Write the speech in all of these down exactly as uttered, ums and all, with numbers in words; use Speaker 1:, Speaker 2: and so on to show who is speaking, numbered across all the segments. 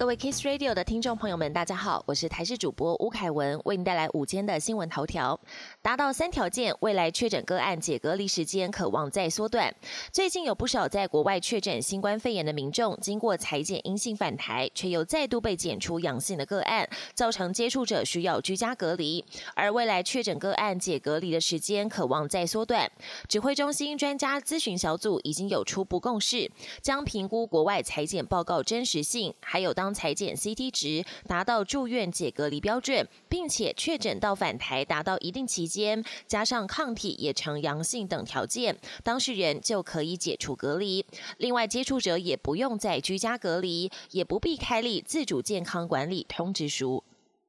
Speaker 1: 各位 Kiss Radio 的听众朋友们，大家好，我是台视主播吴凯文，为您带来午间的新闻头条。达到三条件，未来确诊个案解隔离时间可望再缩短。最近有不少在国外确诊新冠肺炎的民众，经过采检阴性返台，却又再度被检出阳性的个案，造成接触者需要居家隔离。而未来确诊个案解隔离的时间可望再缩短。指挥中心专家咨询小组已经有初步共识，将评估国外采检报告真实性，还有当采检 C T 值达到住院解隔离标准，并且确诊到返台达到一定期间，加上抗体也呈阳性等条件，当事人就可以解除隔离。另外，接触者也不用再居家隔离，也不必开立自主健康管理通知书。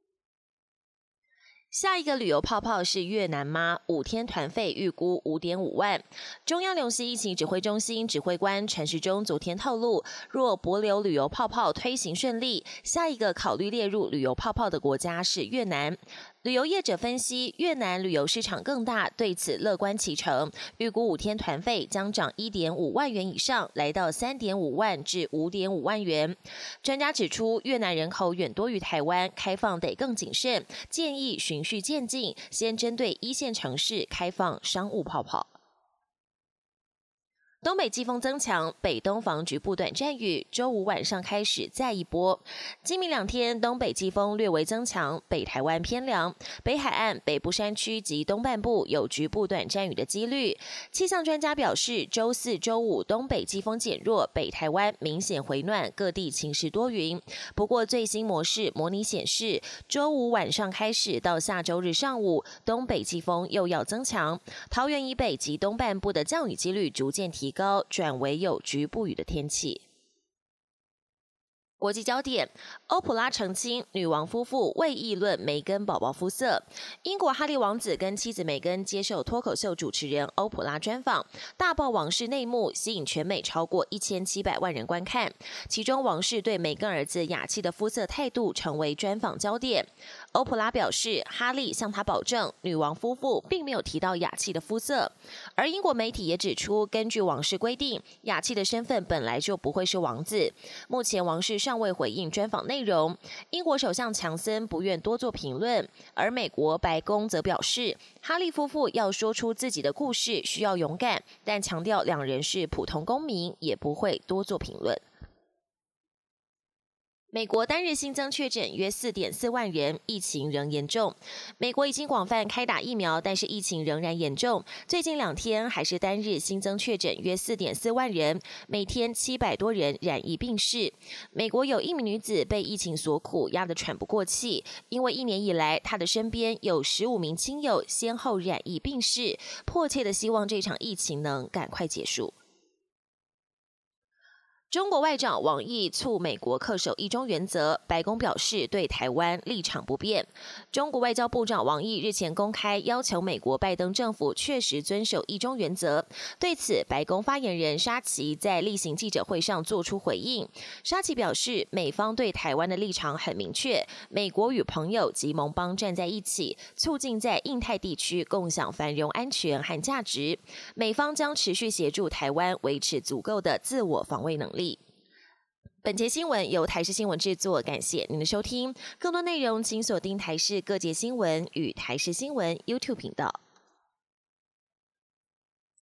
Speaker 1: 下一个旅游泡泡是越南吗？五天团费预估五点五万。中央流行疫情指挥中心指挥官陈时中昨天透露，若帛琉旅游泡泡推行顺利，下一个考虑列入旅游泡泡的国家是越南。旅游业者分析，越南旅游市场更大，对此乐观其成，预估五天团费将涨 一点五万元以上，来到 三点五万至五点五万元。专家指出，越南人口远多于台湾，开放得更谨慎，建议循序渐进，先针对一线城市开放商务泡泡。东北季风增强，北东防局部短暂雨，周五晚上开始再一波。今明两天，东北季风略微增强，北台湾偏凉，北海岸、北部山区及东半部有局部短暂雨的几率。气象专家表示，周四周五东北季风减弱，北台湾明显回暖，各地晴时多云。不过最新模式模拟显示，周五晚上开始到下周日上午，东北季风又要增强，桃园以北及东半部的降雨几率逐渐提高。高转为有局部雨的天气。国际焦点，欧普拉澄清女王夫妇未议论梅根宝宝肤色。英国哈利王子跟妻子梅根接受脱口秀主持人欧普拉专访，大爆王室内幕，吸引全美超过一千七百万人观看。其中，王室对梅根儿子雅契的肤色态度成为专访焦点。欧普拉表示，哈利向他保证，女王夫妇并没有提到雅契的肤色。而英国媒体也指出，根据王室规定，雅契的身份本来就不会是王子。目前王室尚未回应专访内容。英国首相强森不愿多做评论，而美国白宫则表示，哈利夫妇要说出自己的故事需要勇敢，但强调两人是普通公民，也不会多做评论。美国单日新增确诊约 四点四万人，疫情仍严重。美国已经广泛开打疫苗，但是疫情仍然严重。最近两天还是单日新增确诊约 四点四万人，每天七百多人染疫病逝。美国有一名女子被疫情所苦，压得喘不过气，因为一年以来她的身边有十五名亲友先后染疫病逝，迫切的希望这场疫情能赶快结束。中国外长王毅促美国恪守一中原则，白宫表示对台湾立场不变。中国外交部长王毅日前公开要求美国拜登政府确实遵守一中原则。对此，白宫发言人沙奇在例行记者会上作出回应。沙奇表示，美方对台湾的立场很明确，美国与朋友及盟邦站在一起，促进在印太地区共享繁荣、安全和价值。美方将持续协助台湾维持足够的自我防卫能力。本节新闻由台视新闻制作，感谢您的收听。更多内容请锁定台视各界新闻与台视新闻 YouTube 频道。